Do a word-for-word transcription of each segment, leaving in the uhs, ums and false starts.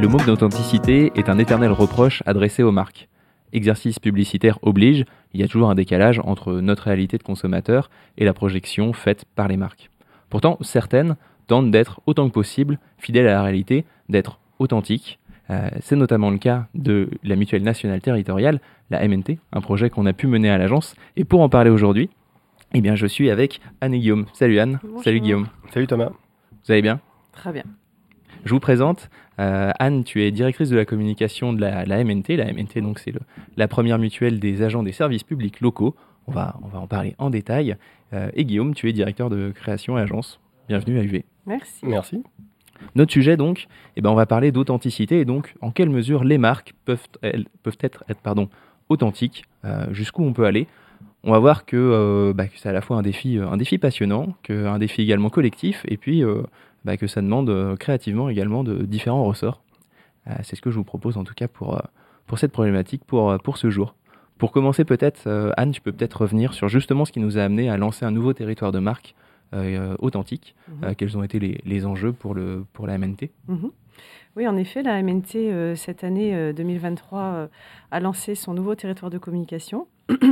Le manque d'authenticité est un éternel reproche adressé aux marques. Exercice publicitaire oblige, il y a toujours un décalage entre notre réalité de consommateur et la projection faite par les marques. Pourtant, certaines tentent d'être autant que possible fidèles à la réalité, d'être authentiques. Euh, c'est notamment le cas de la Mutuelle Nationale Territoriale, la M N T, un projet qu'on a pu mener à l'agence. Et pour en parler aujourd'hui, eh bien, je suis avec Anne et Guillaume. Salut Anne. Bonjour. Salut Guillaume. Salut Thomas. Vous allez bien ? Très bien. Je vous présente. Euh, Anne, tu es directrice de la communication de la, la M N T. La M N T, donc, c'est le, la première mutuelle des agents des services publics locaux. On va, on va en parler en détail. Euh, et Guillaume, tu es directeur de création agence. Bienvenue à U V. Merci. Merci. Notre sujet, donc, eh ben, on va parler d'authenticité et donc en quelle mesure les marques peuvent, elles, peuvent être, être pardon, authentiques, euh, jusqu'où on peut aller. On va voir que, euh, bah, que c'est à la fois un défi, un défi passionnant, que, un défi également collectif, et puis euh, bah, que ça demande euh, créativement également de différents ressorts. Euh, c'est ce que je vous propose en tout cas pour, euh, pour cette problématique, pour, euh, pour ce jour. Pour commencer peut-être, euh, Anne, tu peux peut-être revenir sur justement ce qui nous a amené à lancer un nouveau territoire de marque euh, authentique. Mmh. Euh, quels ont été les, les enjeux pour, le, pour la M N T ? Mmh. Oui, en effet, la M N T, euh, cette année euh, deux mille vingt-trois, euh, a lancé son nouveau territoire de communication.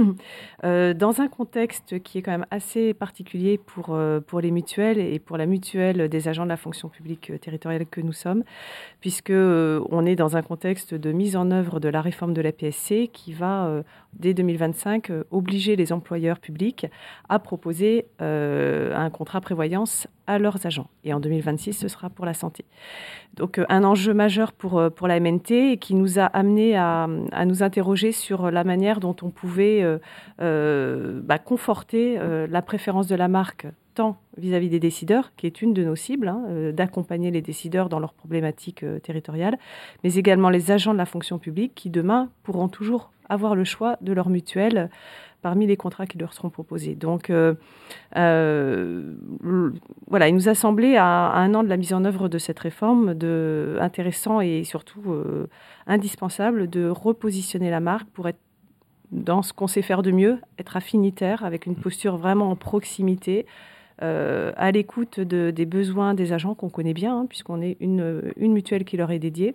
euh, dans un contexte qui est quand même assez particulier pour, euh, pour les mutuelles et pour la mutuelle des agents de la fonction publique territoriale que nous sommes, puisque euh, on est dans un contexte de mise en œuvre de la réforme de la P S C qui va, euh, dès deux mille vingt-cinq, euh, obliger les employeurs publics à proposer euh, un contrat prévoyance à leurs agents. Et en deux mille vingt-six, ce sera pour la santé. Donc euh, un enjeu majeur pour, pour la M N T et qui nous a amené à, à nous interroger sur la manière dont on pouvait Euh, euh, bah, conforter euh, la préférence de la marque tant vis-à-vis des décideurs, qui est une de nos cibles, hein, euh, d'accompagner les décideurs dans leurs problématiques euh, territoriales, mais également les agents de la fonction publique qui demain pourront toujours avoir le choix de leur mutuelle parmi les contrats qui leur seront proposés. Donc euh, euh, voilà, il nous a semblé à, à un an de la mise en œuvre de cette réforme de, intéressant et surtout euh, indispensable de repositionner la marque pour être dans ce qu'on sait faire de mieux, être affinitaire, avec une posture vraiment en proximité, euh, à l'écoute de, des besoins des agents qu'on connaît bien, hein, puisqu'on est une, une mutuelle qui leur est dédiée.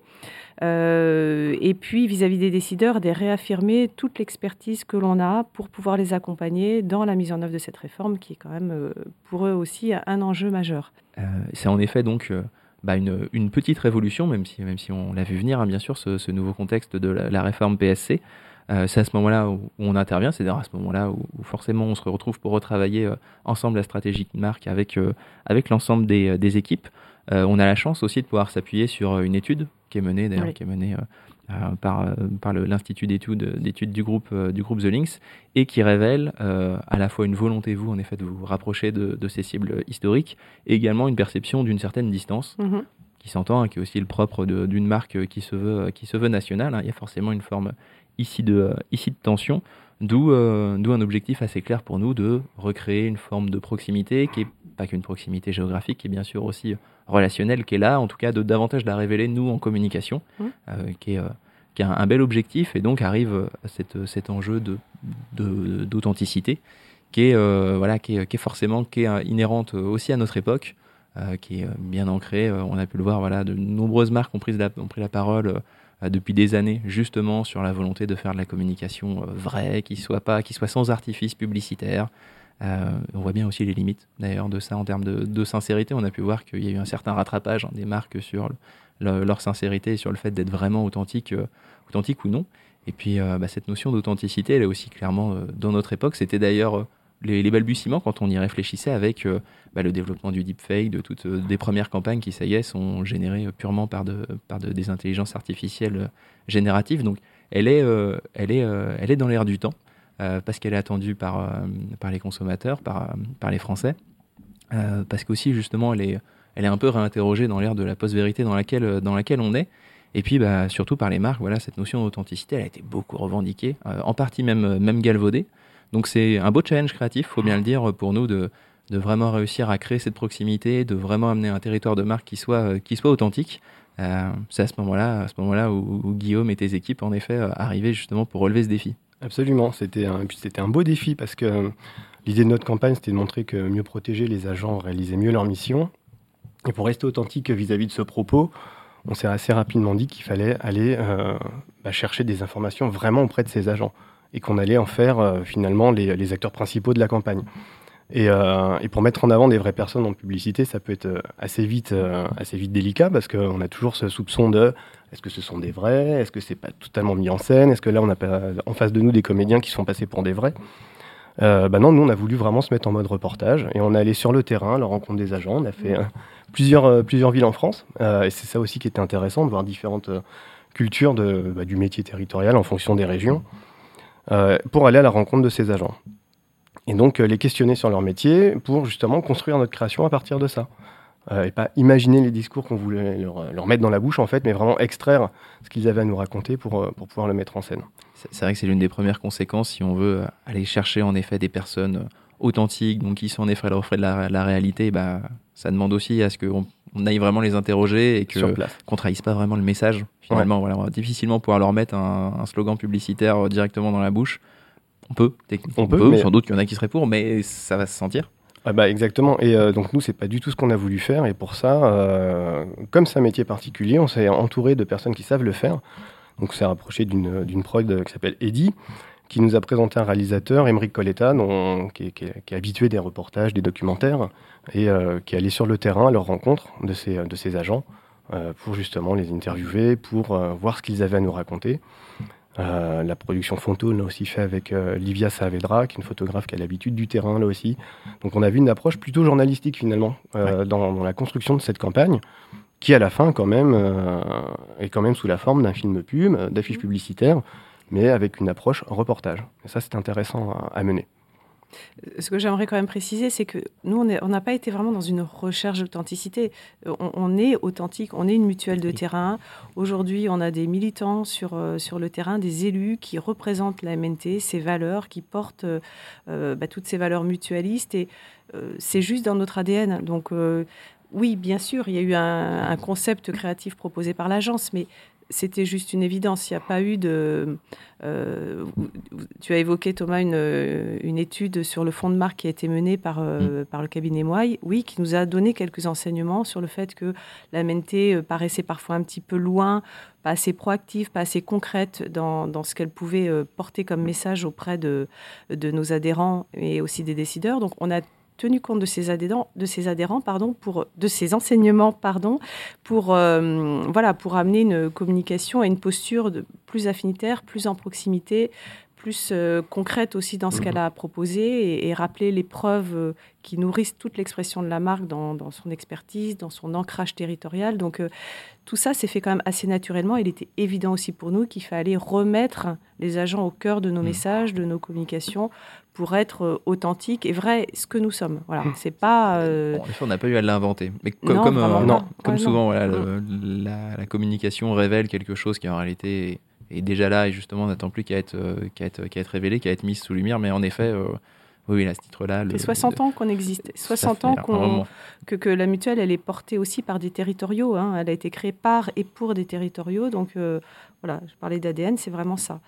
Euh, et puis, vis-à-vis des décideurs, de réaffirmer toute l'expertise que l'on a pour pouvoir les accompagner dans la mise en œuvre de cette réforme, qui est quand même, euh, pour eux aussi, un enjeu majeur. Euh, c'est en effet donc... Euh... Bah une, une petite révolution, même si, même si on l'a vu venir, hein, bien sûr, ce, ce nouveau contexte de la, la réforme P S C. Euh, c'est à ce moment-là où, où on intervient, c'est-à-dire à ce moment-là où, où forcément on se retrouve pour retravailler euh, ensemble la stratégie de marque avec, euh, avec l'ensemble des, des équipes. Euh, on a la chance aussi de pouvoir s'appuyer sur une étude qui est menée, d'ailleurs, oui. qui est menée euh, euh, par, euh, par le, l'Institut d'études, d'études du, groupe, euh, du groupe The Links et qui révèle euh, à la fois une volonté, vous, en effet, de vous rapprocher de, de ces cibles historiques et également une perception d'une certaine distance. Mm-hmm. Qui s'entend, hein, qui est aussi le propre de, d'une marque qui se veut, qui se veut nationale. Hein. Il y a forcément une forme ici de, euh, ici de tension, d'où, euh, d'où un objectif assez clair pour nous de recréer une forme de proximité, qui n'est pas qu'une proximité géographique, qui est bien sûr aussi relationnelle, qui est là, en tout cas de davantage la révéler, nous, en communication, mmh. euh, qui est, euh, qui a un, un bel objectif, et donc arrive à cette, cet enjeu de, de, d'authenticité, qui est, euh, voilà, qui est, qui est forcément qui est inhérente aussi à notre époque, Euh, qui est bien ancré. Euh, on a pu le voir, voilà, de nombreuses marques ont pris la, ont pris la parole euh, depuis des années, justement sur la volonté de faire de la communication euh, vraie, qui soit pas, qui soit sans artifice publicitaire. Euh, on voit bien aussi les limites, d'ailleurs, de ça en termes de, de sincérité. On a pu voir qu'il y a eu un certain rattrapage, hein, des marques sur le, le, leur sincérité et sur le fait d'être vraiment authentique, euh, authentique ou non. Et puis, euh, bah, cette notion d'authenticité, elle est aussi clairement euh, dans notre époque. C'était d'ailleurs euh, Les, les balbutiements quand on y réfléchissait avec euh, bah, le développement du deepfake, de toutes euh, des premières campagnes qui, ça y est, sont générées purement par, de, par de, des intelligences artificielles euh, génératives. Donc, elle est, euh, elle est, euh, elle est dans l'air du temps euh, parce qu'elle est attendue par, euh, par les consommateurs, par, euh, par les Français, euh, parce qu'aussi, justement, elle est, elle est un peu réinterrogée dans l'ère de la post-vérité dans laquelle, dans laquelle on est. Et puis, bah, surtout par les marques, voilà, cette notion d'authenticité, elle a été beaucoup revendiquée, euh, en partie même, même galvaudée. Donc c'est un beau challenge créatif, il faut bien le dire, pour nous, de, de vraiment réussir à créer cette proximité, de vraiment amener un territoire de marque qui soit, qui soit authentique. Euh, c'est à ce moment-là, à ce moment-là où, où Guillaume et tes équipes, en effet, arrivaient justement pour relever ce défi. Absolument, c'était un, et puis c'était un beau défi parce que euh, l'idée de notre campagne, c'était de montrer que mieux protéger les agents réalisaient mieux leur mission. Et pour rester authentique vis-à-vis de ce propos, on s'est assez rapidement dit qu'il fallait aller euh, bah, chercher des informations vraiment auprès de ces agents et qu'on allait en faire euh, finalement les, les acteurs principaux de la campagne. Et, euh, et pour mettre en avant des vraies personnes en publicité, ça peut être assez vite, euh, assez vite délicat parce qu'on a toujours ce soupçon de est-ce que ce sont des vrais, est-ce que c'est pas totalement mis en scène, est-ce que là on a pas en face de nous des comédiens qui sont passés pour des vrais. Euh, bah non, nous on a voulu vraiment se mettre en mode reportage et on est allé sur le terrain, à la rencontre des agents. On a fait euh, plusieurs, euh, plusieurs villes en France euh, et c'est ça aussi qui était intéressant de voir différentes euh, cultures de, bah, du métier territorial en fonction des régions euh, pour aller à la rencontre de ces agents. Et donc, euh, les questionner sur leur métier pour justement construire notre création à partir de ça. Euh, et pas imaginer les discours qu'on voulait leur, leur mettre dans la bouche, en fait, mais vraiment extraire ce qu'ils avaient à nous raconter pour, euh, pour pouvoir le mettre en scène. C'est, c'est vrai que c'est l'une des premières conséquences si on veut aller chercher en effet des personnes authentiques, donc qui sont en effet le reflet de la, la réalité. Bah, ça demande aussi à ce qu'on on aille vraiment les interroger et que, qu'on ne trahisse pas vraiment le message. Finalement, ouais. Voilà, on va difficilement pouvoir leur mettre un, un slogan publicitaire directement dans la bouche. On peut, techniquement. On, on peut, peut mais... sans doute qu'il y en a qui seraient pour, mais ça va se sentir. Ah bah exactement. Et euh, donc nous, c'est pas du tout ce qu'on a voulu faire. Et pour ça, euh, comme c'est un métier particulier, on s'est entouré de personnes qui savent le faire. Donc on s'est rapproché d'une, d'une prod qui s'appelle Eddy, qui nous a présenté un réalisateur, Émeric Coletta, dont, qui, est, qui, est, qui est habitué des reportages, des documentaires, et euh, qui est allé sur le terrain à leur rencontre de ces, de ces agents euh, pour justement les interviewer, pour euh, voir ce qu'ils avaient à nous raconter. Euh, la production photo, on l'a aussi fait avec euh, Livia Saavedra, qui est une photographe qui a l'habitude du terrain, là aussi. Donc on a vu une approche plutôt journalistique, finalement, euh, ouais. dans, dans la construction de cette campagne, qui, à la fin, quand même, euh, est quand même sous la forme d'un film pub, d'affiches publicitaires, mais avec une approche reportage. Et ça, c'est intéressant à, à mener. Ce que j'aimerais quand même préciser, c'est que nous, on n'a pas été vraiment dans une recherche d'authenticité. On, on est authentique, on est une mutuelle de terrain. Aujourd'hui, on a des militants sur, euh, sur le terrain, des élus qui représentent la M N T, ses valeurs, qui portent euh, bah, toutes ces valeurs mutualistes. Et euh, c'est juste dans notre A D N. Donc, euh, oui, bien sûr, il y a eu un, un concept créatif proposé par l'agence, mais c'était juste une évidence. Il n'y a pas eu de... Euh, tu as évoqué, Thomas, une, une étude sur le fond de marque qui a été menée par, euh, mmh. par le cabinet Moy, oui, qui nous a donné quelques enseignements sur le fait que la M N T paraissait parfois un petit peu loin, pas assez proactive, pas assez concrète dans, dans ce qu'elle pouvait porter comme message auprès de, de nos adhérents et aussi des décideurs. Donc, on a tenu compte de ces adhérents, de ces adhérents pardon, pour, de ces enseignements pardon, pour, euh, voilà, pour amener une communication et une posture de, plus affinitaire, plus en proximité, plus euh, concrète aussi dans ce qu'elle a proposé et, et rappeler les preuves euh, qui nourrissent toute l'expression de la marque dans, dans son expertise, dans son ancrage territorial. Donc euh, tout ça s'est fait quand même assez naturellement. Il était évident aussi pour nous qu'il fallait remettre les agents au cœur de nos messages, de nos communications, pour être euh, authentiques et vrais, ce que nous sommes. Voilà, c'est pas... Euh... Bon, en effet, on n'a pas eu à l'inventer. Mais com- non, comme, euh, non, comme ouais, souvent, non. Voilà, le, la, la communication révèle quelque chose qui en réalité est, est déjà là et justement on n'attend plus qu'à être, euh, qu'à être, qu'à être révélé, qu'à être mis sous lumière. Mais en effet, euh, oui, à ce titre-là... Ça fait soixante ans qu'on existe. soixante ans qu'on, que, que la mutuelle, elle est portée aussi par des territoriaux. Hein. Elle a été créée par et pour des territoriaux. Donc euh, voilà, je parlais d'A D N, c'est vraiment ça.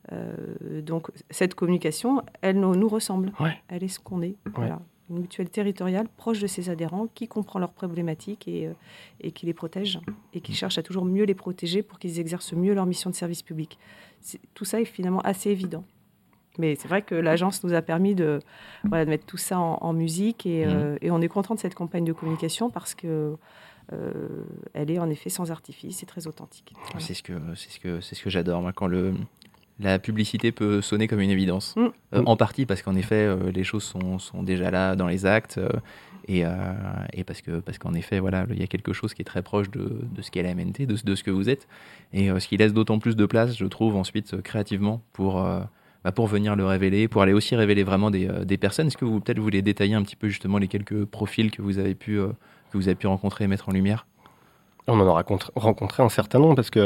Euh, donc cette communication, elle nous, nous ressemble. Ouais. Elle est ce qu'on est. Ouais. Voilà. Une mutuelle territoriale proche de ses adhérents, qui comprend leurs problématiques et, euh, et qui les protège et qui cherche à toujours mieux les protéger pour qu'ils exercent mieux leur mission de service public. C'est, tout ça est finalement assez évident. Mais c'est vrai que l'agence nous a permis de, voilà, de mettre tout ça en, en musique et, mmh. euh, et on est content de cette campagne de communication parce que euh, elle est en effet sans artifice et très authentique. Voilà. C'est ce que c'est ce que c'est ce que j'adore moi, quand le la publicité peut sonner comme une évidence. Mmh. Euh, en partie parce qu'en effet, euh, les choses sont, sont déjà là dans les actes euh, et, euh, et parce, que, parce qu'en effet, voilà, il y a quelque chose qui est très proche de, de ce qu'est la M N T, de, de ce que vous êtes. Et euh, ce qui laisse d'autant plus de place, je trouve, ensuite, euh, créativement, pour, euh, bah, pour venir le révéler, pour aller aussi révéler vraiment des, euh, des personnes. Est-ce que vous, peut-être, vous voulez détailler un petit peu, justement, les quelques profils que vous avez pu, euh, que vous avez pu rencontrer et mettre en lumière ? On en a rencontré, rencontré un certain nombre parce que...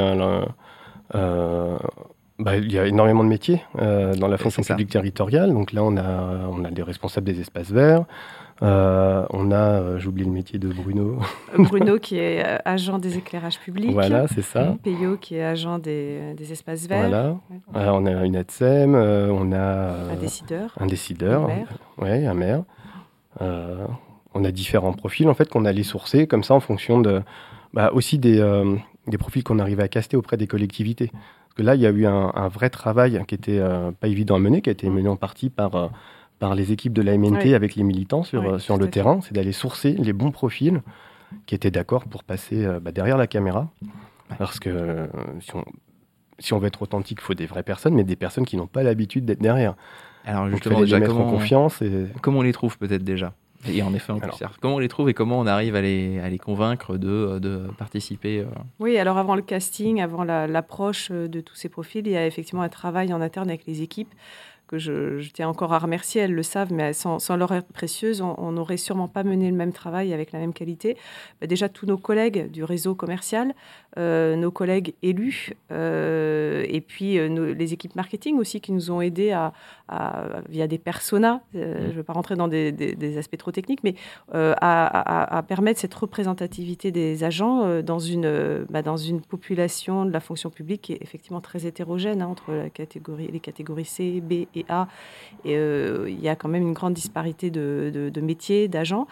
Euh, Bah, il y a énormément de métiers euh, dans la fonction publique territoriale. Donc là, on a, on a des responsables des espaces verts. Euh, on a, euh, j'ai oublié le métier de Bruno. Bruno qui est agent des éclairages publics. Voilà, c'est ça. Payot qui est agent des, des espaces verts. Voilà. Ouais. Euh, on a une A T S E M, euh, on a... Euh, un décideur. Un décideur. Un maire. Oui, un maire. Euh, on a différents profils, en fait, qu'on allait sourcer comme ça en fonction de... Bah, aussi des... Euh, des profils qu'on arrivait à caster auprès des collectivités. Parce que là, il y a eu un, un vrai travail qui était euh, pas évident à mener, qui a été mené en partie par, euh, par les équipes de la M N T Oui. avec les militants sur, Oui, euh, sur tout le à fait. terrain. C'est d'aller sourcer les bons profils qui étaient d'accord pour passer euh, bah, derrière la caméra. Parce que euh, si, on, si on veut être authentique, il faut des vraies personnes, mais des personnes qui n'ont pas l'habitude d'être derrière. Alors Donc, il justement, fallait les déjà, mettre en comment, confiance. Et... comment on les trouve peut-être déjà? Et en effet, en Alors. plus, comment on les trouve et comment on arrive à les, à les convaincre de, de participer euh... Oui, alors avant le casting, avant la, l'approche de tous ces profils, il y a effectivement un travail en interne avec les équipes que je, je tiens encore à remercier, elles le savent, mais sans, sans leur aide précieuse, on n'aurait sûrement pas mené le même travail avec la même qualité. Bah déjà, tous nos collègues du réseau commercial, euh, nos collègues élus, euh, et puis euh, nos, les équipes marketing aussi qui nous ont aidés à, à, via des personas, euh, je ne veux pas rentrer dans des, des, des aspects trop techniques, mais euh, à, à, à permettre cette représentativité des agents euh, dans, une, euh, bah, dans une population de la fonction publique qui est effectivement très hétérogène hein, entre la catégorie, les catégories C, B et A. Et euh, il y a quand même une grande disparité de, de, de métiers, d'agents.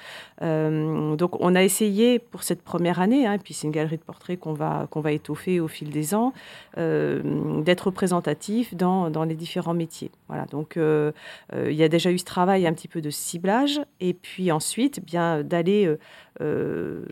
Euh, donc, on a essayé pour cette première année, hein, et puis c'est une galerie de portraits qu'on va, qu'on va étoffer au fil des ans, euh, d'être représentatif dans, dans les différents métiers. Voilà. Donc, euh, euh, il y a déjà eu ce travail un petit peu de ciblage, et puis ensuite, bien d'aller euh, euh,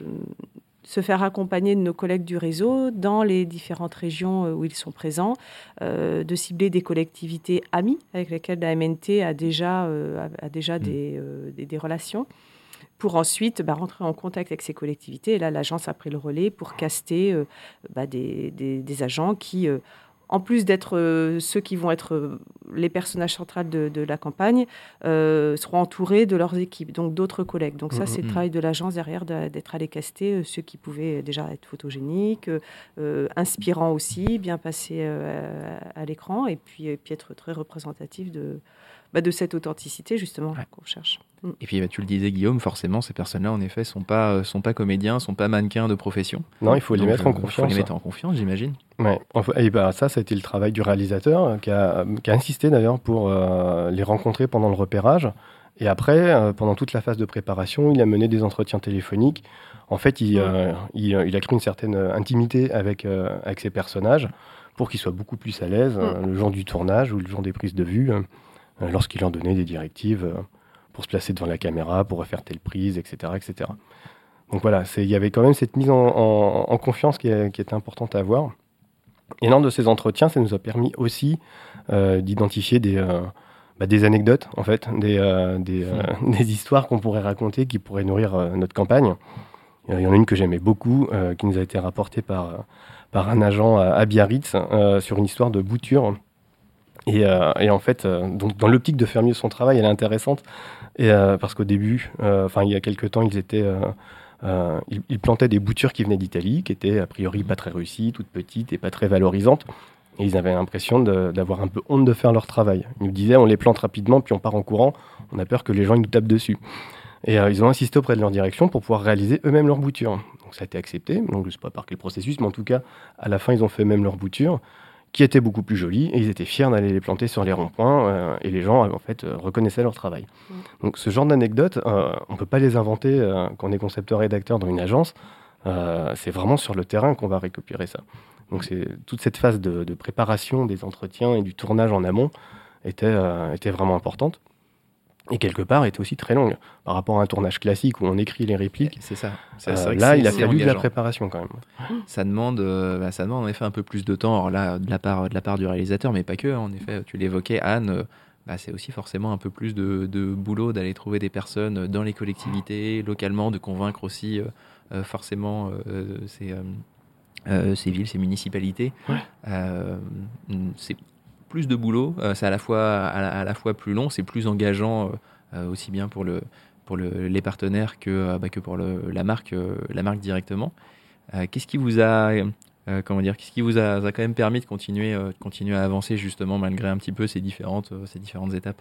se faire accompagner de nos collègues du réseau dans les différentes régions où ils sont présents, euh, de cibler des collectivités amies avec lesquelles la M N T a déjà, euh, a déjà mmh. des, euh, des, des relations, pour ensuite bah, rentrer en contact avec ces collectivités. Et là, l'agence a pris le relais pour caster euh, bah, des, des, des agents qui... Euh, en plus d'être euh, ceux qui vont être euh, les personnages centraux de, de la campagne, euh, seront entourés de leurs équipes, donc d'autres collègues. Donc ça, mmh, c'est mmh. le travail de l'agence derrière, de, d'être allé caster euh, ceux qui pouvaient déjà être photogéniques, euh, inspirants aussi, bien passer euh, à, à l'écran, et puis, et puis être très représentatif de, bah, de cette authenticité, justement, ouais. qu'on cherche. Mmh. Et puis, bah, tu le disais, Guillaume, forcément, ces personnes-là, en effet, ne sont pas, sont pas comédiens, ne sont pas mannequins de profession. Non, il faut donc, les mettre euh, en confiance. Il faut les mettre en confiance, j'imagine. Ouais. Et bah, ça, ça a été le travail du réalisateur qui a, qui a insisté d'ailleurs pour euh, les rencontrer pendant le repérage. Et après, euh, pendant toute la phase de préparation, il a mené des entretiens téléphoniques. En fait, il, mmh. euh, il, il a créé une certaine intimité avec, euh, avec ses personnages pour qu'ils soient beaucoup plus à l'aise mmh. euh, le jour du tournage ou le jour des prises de vue, euh, lorsqu'il leur donnait des directives euh, pour se placer devant la caméra, pour refaire telle prise, et cetera et cetera. Donc voilà, c'est, il y avait quand même cette mise en, en, en confiance qui, est, qui était importante à avoir. Et lors de ces entretiens, ça nous a permis aussi euh, d'identifier des, euh, bah, des anecdotes, en fait, des, euh, des, euh, mmh. des histoires qu'on pourrait raconter, qui pourraient nourrir euh, notre campagne. Il y en a une que j'aimais beaucoup, euh, qui nous a été rapportée par, par un agent à, à Biarritz, euh, sur une histoire de bouture. Et, euh, et en fait, euh, donc, dans l'optique de faire mieux son travail, elle est intéressante, et, euh, parce qu'au début, enfin il y a quelques temps, ils étaient... Euh, Euh, ils, ils plantaient des boutures qui venaient d'Italie, qui étaient a priori pas très réussies, toutes petites et pas très valorisantes. Et ils avaient l'impression de, d'avoir un peu honte de faire leur travail. Ils nous disaient, on les plante rapidement, puis on part en courant, on a peur que les gens ils nous tapent dessus. Et euh, ils ont insisté auprès de leur direction pour pouvoir réaliser eux-mêmes leurs boutures. Donc ça a été accepté, donc je ne sais pas par quel processus, mais en tout cas, à la fin, ils ont fait eux-mêmes leurs boutures, qui étaient beaucoup plus jolies, et ils étaient fiers d'aller les planter sur les ronds-points, euh, et les gens, en fait, euh, reconnaissaient leur travail. Mmh. Donc ce genre d'anecdotes, euh, on ne peut pas les inventer euh, quand on est concepteur-rédacteur dans une agence, euh, c'est vraiment sur le terrain qu'on va récupérer ça. Donc c'est, toute cette phase de, de préparation des entretiens et du tournage en amont était, euh, était vraiment importante. Et quelque part, était aussi très longue. Par rapport à un tournage classique où on écrit les répliques, c'est ça. C'est, euh, c'est là, c'est, il a c'est fallu engageant. de la préparation quand même. Ça demande, euh, bah, ça demande en effet un peu plus de temps. Alors là, de la part, de la part du réalisateur, mais pas que. Hein, en effet, tu l'évoquais, Anne. Euh, bah, c'est aussi forcément un peu plus de, de boulot d'aller trouver des personnes dans les collectivités, localement, de convaincre aussi euh, euh, forcément euh, ces, euh, euh, ces villes, ces municipalités. Ouais. Euh, c'est plus de boulot. Euh, c'est à la fois, à la, à la fois plus long, c'est plus engageant. Euh, Euh, aussi bien pour, le, pour le, les partenaires que, euh, bah, que pour le, la, marque, euh, la marque directement. Euh, qu'est-ce qui vous a, euh, comment dire, qu'est-ce qui vous a, a quand même permis de continuer, euh, de continuer à avancer justement malgré un petit peu ces différentes, euh, ces différentes étapes?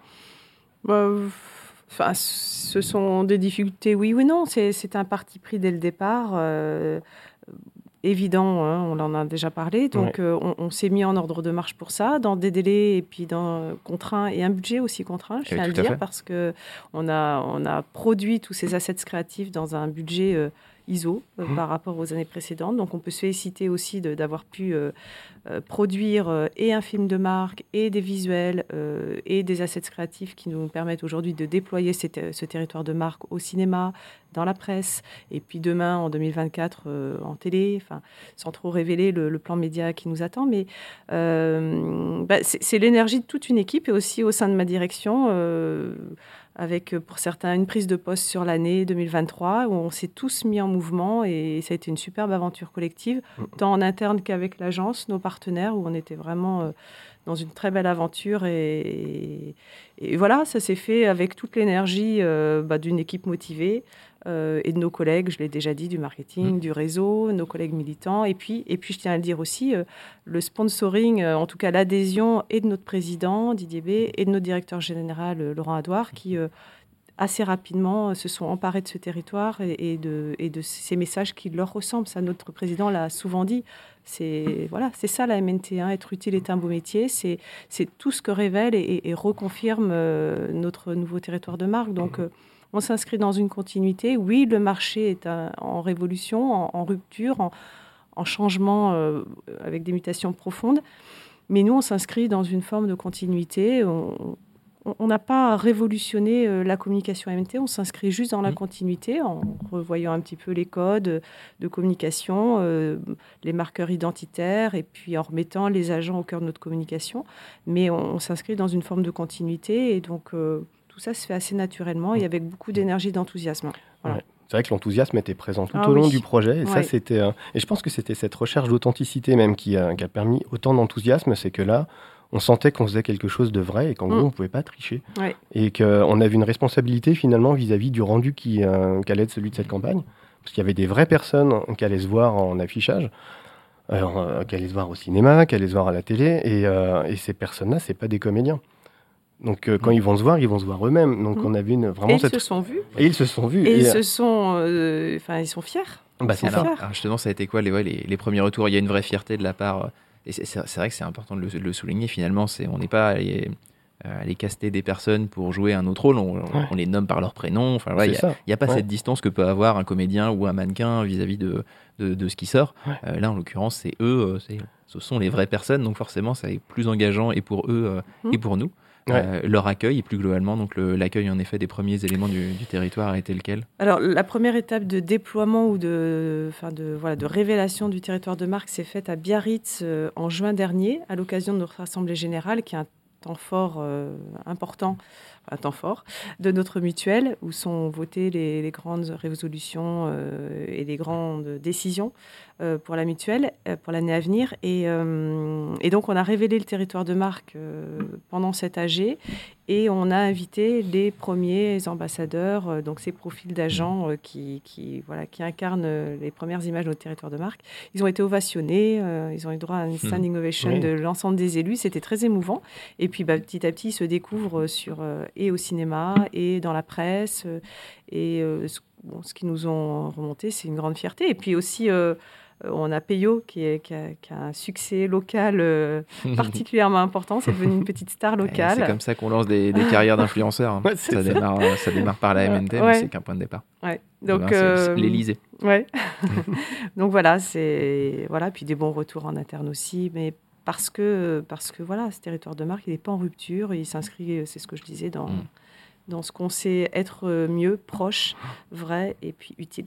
Bah, enfin, ce sont des difficultés, oui ou non. C'est, c'est un parti pris dès le départ. Euh, évident, hein, on en a déjà parlé. Donc, ouais. euh, on, on s'est mis en ordre de marche pour ça, dans des délais et puis dans euh, contraints et un budget aussi contraint, je tiens à le dire, parce que on a on a produit tous ces assets créatifs dans un budget euh, I S O euh, mmh. par rapport aux années précédentes. Donc on peut se féliciter aussi de, d'avoir pu euh, euh, produire euh, et un film de marque, et des visuels, euh, et des assets créatifs qui nous permettent aujourd'hui de déployer ces te- ce territoire de marque au cinéma, dans la presse, et puis demain, en deux mille vingt-quatre, euh, en télé, enfin, sans trop révéler le, le plan média qui nous attend. Mais euh, bah, c'est, c'est l'énergie de toute une équipe, et aussi au sein de ma direction, euh, avec pour certains une prise de poste sur l'année deux mille vingt-trois, où on s'est tous mis en mouvement, et ça a été une superbe aventure collective, tant en interne qu'avec l'agence, nos partenaires, où on était vraiment euh, dans une très belle aventure. Et, et voilà, ça s'est fait avec toute l'énergie euh, bah, d'une équipe motivée, euh, et de nos collègues, je l'ai déjà dit, du marketing, mmh. du réseau, nos collègues militants. Et puis, et puis je tiens à le dire aussi, euh, le sponsoring, euh, en tout cas l'adhésion, et de notre président, Didier B, et de notre directeur général, euh, Laurent Adouard, qui euh, assez rapidement euh, se sont emparés de ce territoire et, et, de, et de ces messages qui leur ressemblent. Ça, notre président l'a souvent dit. C'est, voilà, c'est ça la M N T, hein, être utile est un beau métier. C'est, c'est tout ce que révèle et, et reconfirme euh, notre nouveau territoire de marque. Donc, euh, on s'inscrit dans une continuité. Oui, le marché est un, en révolution, en, en rupture, en, en changement euh, avec des mutations profondes. Mais nous, on s'inscrit dans une forme de continuité. On, on n'a pas révolutionné euh, la communication M N T, on s'inscrit juste dans la mmh. continuité, en revoyant un petit peu les codes de communication, euh, les marqueurs identitaires, et puis en remettant les agents au cœur de notre communication. Mais on, on s'inscrit dans une forme de continuité, et donc euh, tout ça se fait assez naturellement et avec beaucoup d'énergie et d'enthousiasme. Voilà. Ouais. C'est vrai que l'enthousiasme était présent tout ah, au long oui. du projet, et ouais. ça c'était, euh, et je pense que c'était cette recherche d'authenticité même qui a, qui a permis autant d'enthousiasme, c'est que là, on sentait qu'on faisait quelque chose de vrai et qu'en mmh. gros, on ne pouvait pas tricher. Ouais. Et qu'on avait une responsabilité finalement vis-à-vis du rendu qui, euh, qui allait être celui de cette campagne. Parce qu'il y avait des vraies personnes qui allaient se voir en affichage, euh, qui allaient se voir au cinéma, qui allaient se voir à la télé. Et, euh, et ces personnes-là, ce n'est pas des comédiens. Donc euh, quand mmh. ils vont se voir, ils vont se voir eux-mêmes. Donc mmh. on avait une, vraiment et cette... ils se sont vus. Et ils se sont vus. Et, et ils se sont... Euh, enfin, ils sont fiers. Bah, ils sont c'est alors, fiers. alors justement, ça a été quoi les, ouais, les, les premiers retours? Il y a une vraie fierté de la part... Et c'est, c'est, c'est vrai que c'est important de le, de le souligner. Finalement, c'est, on n'est pas allé, euh, allé caster des personnes pour jouer un autre rôle. On, ouais. on les nomme par leur prénom. Enfin, il ouais, n'y a, a pas ouais. cette distance que peut avoir un comédien ou un mannequin vis-à-vis de, de, de ce qui sort. Ouais. Euh, là, en l'occurrence, c'est eux. C'est, ce sont les vraies personnes. Donc forcément, ça est plus engageant et pour eux euh, mmh. et pour nous. Ouais. Euh, leur accueil et plus globalement, donc le, l'accueil en effet des premiers éléments du, du territoire a été lequel? Alors la première étape de déploiement ou de, enfin de, voilà, de révélation du territoire de marque s'est faite à Biarritz euh, en juin dernier à l'occasion de notre assemblée générale qui est un temps fort euh, important, un temps fort de notre mutuelle où sont votées les, les grandes résolutions euh, et les grandes décisions euh, pour la mutuelle euh, pour l'année à venir et, euh, et donc on a révélé le territoire de marque euh, pendant cet A G et on a invité les premiers ambassadeurs, euh, donc ces profils d'agents euh, qui, qui, voilà, qui incarnent euh, les premières images de notre territoire de marque. Ils ont été ovationnés, euh, ils ont eu droit à une standing ovation oui. de l'ensemble des élus, c'était très émouvant. Et puis bah, petit à petit, ils se découvrent sur, euh, et au cinéma et dans la presse. Euh, et euh, ce, bon, ce qu'ils nous ont remonté, c'est une grande fierté. Et puis aussi... Euh, on a Peyo qui, est, qui, a, qui a un succès local euh, particulièrement important. C'est devenu une petite star locale. Et c'est comme ça qu'on lance des, des carrières d'influenceurs. Hein. Ouais, ça, démarre, ça démarre par la M N T, ouais. mais c'est qu'un point de départ. Ouais. Donc, ben, c'est, euh, c'est l'Élysée. Ouais. Donc voilà, c'est voilà, puis des bons retours en interne aussi, mais parce que parce que voilà, ce territoire de marque, il n'est pas en rupture, il s'inscrit, c'est ce que je disais, dans mm. dans ce qu'on sait être mieux, proche, vrai et puis utile.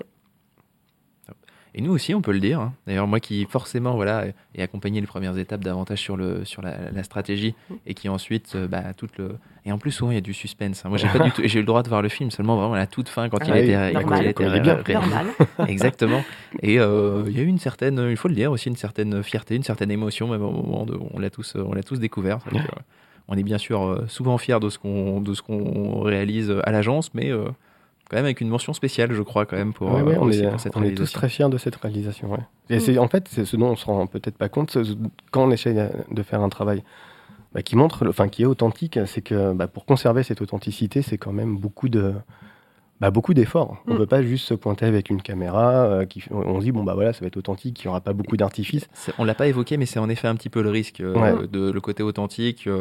Et nous aussi, on peut le dire. Hein. D'ailleurs, moi qui forcément voilà, ai accompagné les premières étapes davantage sur, le, sur la, la stratégie et qui ensuite, bah, toute le... Et en plus, souvent, il y a du suspense. Hein. Moi, j'ai, pas du tout... j'ai eu le droit de voir le film seulement vraiment à la toute fin quand ah il, oui, était, normal. quand il était ré- bien. ré- Normal. Exactement. Et euh, il y a eu une certaine, il faut le dire aussi, une certaine fierté, une certaine émotion, même au moment où on l'a tous, on l'a tous découvert. Que, euh, on est bien sûr souvent fiers de ce qu'on, de ce qu'on réalise à l'agence, mais... Euh, quand même avec une mention spéciale, je crois, quand même, pour, ouais, ouais, euh, on, est, pour cette on est tous très fiers de cette réalisation. Ouais. Et mmh. c'est, en fait, c'est ce dont on ne se rend peut-être pas compte, quand on essaie de faire un travail bah, qui montre, enfin, qui est authentique, c'est que bah, pour conserver cette authenticité, c'est quand même beaucoup de... Bah, beaucoup d'efforts. Mmh. On ne peut pas juste se pointer avec une caméra. Euh, qui, on se dit, bon, bah voilà, ça va être authentique, il n'y aura pas beaucoup d'artifices. C'est, on ne l'a pas évoqué, mais c'est en effet un petit peu le risque, euh, ouais. de, le côté authentique. Euh,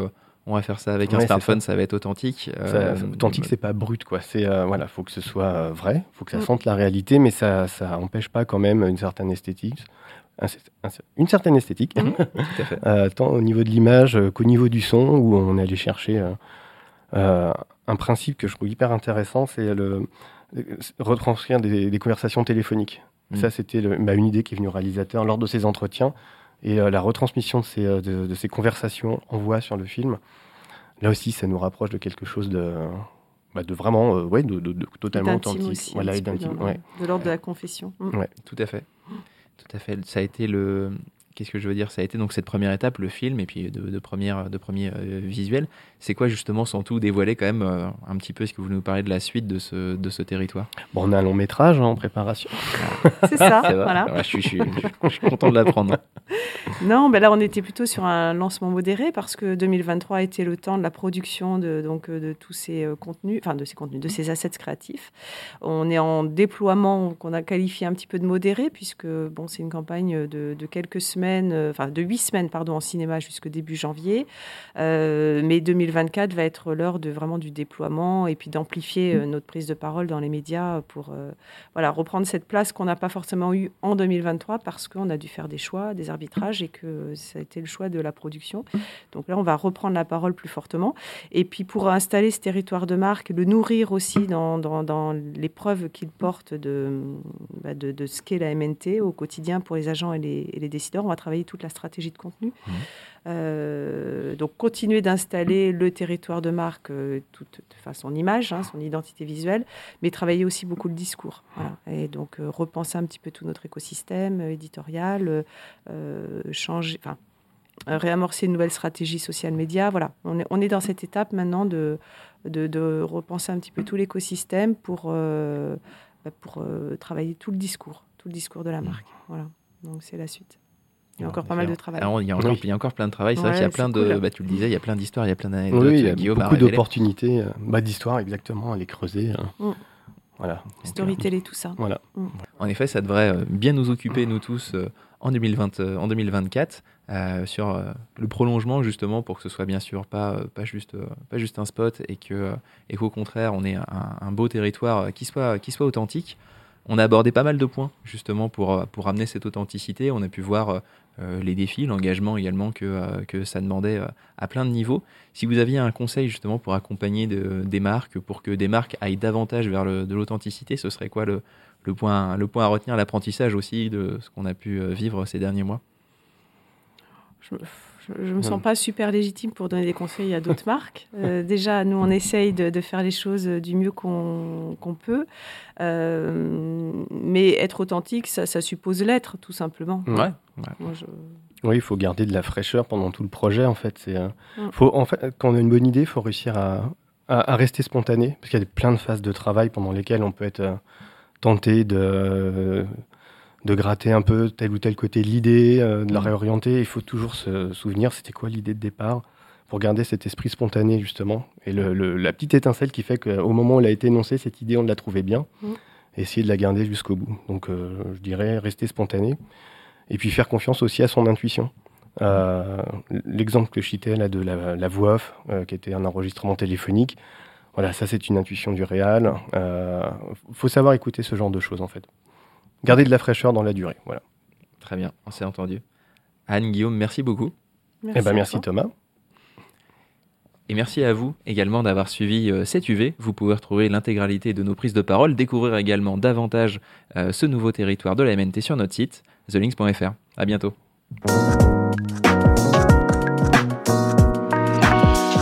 on va faire ça avec un Ouais, smartphone, ça. ça va être authentique. Ça, Euh, authentique, c'est pas brut, quoi. C'est euh, voilà, faut que ce soit euh, vrai, faut que ça Mm. sente la réalité, mais ça, ça empêche pas quand même une certaine esthétique, un- un- une certaine esthétique, Mhm, tout à fait. euh, tant au niveau de l'image euh, qu'au niveau du son, où on est allé chercher euh, euh, un principe que je trouve hyper intéressant, c'est le euh, retranscrire des, des conversations téléphoniques. Mm. Ça, c'était le- bah, une idée qui est venue au réalisateur lors de ses entretiens, et euh, la retransmission de ces, euh, de, de ces conversations en voix sur le film. Là aussi, ça nous rapproche de quelque chose de, bah, de vraiment, euh, ouais, de, de- de totalement D'intime authentique. aussi, un Voilà, petit et peu d'intime, dans- ouais. de l'ordre de la confession. Mm. Ouais. Tout à fait. Tout à fait. Ça a été le. Qu'est-ce que je veux dire? Ça a été donc cette première étape, le film, et puis de, de première, de premier euh, visuel. C'est quoi justement, sans tout dévoiler quand même euh, un petit peu, est-ce que vous nous parlez de la suite de ce, de ce territoire? Bon, on a un long métrage hein, en préparation. C'est ça, C'est vrai. voilà. Ouais, je, suis, je, suis, je suis content de l'apprendre. Non, ben là, on était plutôt sur un lancement modéré parce que deux mille vingt-trois a été le temps de la production de, donc, euh, de tous ces euh, contenus, enfin de ces contenus, de ces assets créatifs. On est en déploiement qu'on a qualifié un petit peu de modéré puisque bon, c'est une campagne de, de quelques semaines, euh, enfin de huit semaines pardon, en cinéma jusqu'au début janvier. Euh, mais deux mille vingt-quatre va être l'heure de vraiment du déploiement et puis d'amplifier euh, notre prise de parole dans les médias pour euh, voilà, reprendre cette place qu'on n'a pas forcément eue en deux mille vingt-trois parce qu'on a dû faire des choix, des arbitrages et que ça a été le choix de la production. Donc là, on va reprendre la parole plus fortement. Et puis pour installer ce territoire de marque, le nourrir aussi dans, dans, dans les preuves qu'il porte de, bah, de, de ce qu'est la M N T au quotidien pour les agents et les, et les décideurs. On va travailler toute la stratégie de contenu. Mmh. Euh, donc continuer d'installer le territoire de marque, euh, toute, enfin, son image, hein, son identité visuelle, mais travailler aussi beaucoup le discours. Voilà. Et donc euh, repenser un petit peu tout notre écosystème euh, éditorial, euh, changer, enfin, réamorcer une nouvelle stratégie social média. Voilà, on est, on est dans cette étape maintenant de, de, de repenser un petit peu tout l'écosystème pour, euh, pour euh, travailler tout le discours, tout le discours de la marque. Voilà, donc c'est la suite. Il y a encore pas mal de travail. Alors, il, y a encore, oui. il y a encore plein de travail. C'est ouais, vrai qu'il y a plein de. Cool. Bah, tu le disais, il y a plein d'histoires, il y a plein d'anecdotes. Oui, il y a Guillaume beaucoup d'opportunités, bah, d'histoires exactement à les creuser. Mm. Voilà. Storyteller, tout ça. Voilà. Mm. En effet, ça devrait bien nous occuper, nous tous, euh, en, deux mille vingt, euh, en deux mille vingt-quatre, euh, sur euh, le prolongement, justement, pour que ce soit bien sûr pas, euh, pas, juste, euh, pas juste un spot et, que, euh, et qu'au contraire, on ait un, un beau territoire qui soit, qui soit authentique. On a abordé pas mal de points, justement, pour, pour amener cette authenticité. On a pu voir euh, les défis, l'engagement également que, euh, que ça demandait euh, à plein de niveaux. Si vous aviez un conseil, justement, pour accompagner de, des marques, pour que des marques aillent davantage vers le, de l'authenticité, ce serait quoi le, le, point, le point à retenir, l'apprentissage aussi de ce qu'on a pu vivre ces derniers mois? Je... Je ne me sens pas super légitime pour donner des conseils à d'autres marques. Euh, déjà, nous, on essaye de, de faire les choses du mieux qu'on, qu'on peut. Euh, mais être authentique, ça, ça suppose l'être, tout simplement. Ouais. ouais. Moi, je... Oui, il faut garder de la fraîcheur pendant tout le projet, en fait. C'est, euh, mm. faut, en fait quand on a une bonne idée, il faut réussir à, à, à rester spontané, parce qu'il y a plein de phases de travail pendant lesquelles on peut être euh, tenté de... Euh, de gratter un peu tel ou tel côté de l'idée, euh, de la réorienter. Il faut toujours se souvenir c'était quoi l'idée de départ pour garder cet esprit spontané, justement. Et le, le, la petite étincelle qui fait qu'au moment où elle a été énoncée, cette idée, on la trouvait bien. Mmh. Et essayer de la garder jusqu'au bout. Donc, euh, je dirais rester spontané. Et puis faire confiance aussi à son intuition. Euh, l'exemple que je citais là, de la, la voix off, euh, qui était un enregistrement téléphonique, voilà, ça c'est une intuition du réal. Il euh, faut savoir écouter ce genre de choses, en fait. Garder de la fraîcheur dans la durée, voilà. Très bien, on s'est entendu. Anne, Guillaume, merci beaucoup. Merci, eh ben, merci Thomas. Et merci à vous également d'avoir suivi euh, cette U V. Vous pouvez retrouver l'intégralité de nos prises de parole, découvrir également davantage euh, ce nouveau territoire de la M N T sur notre site, the links point f r. À bientôt.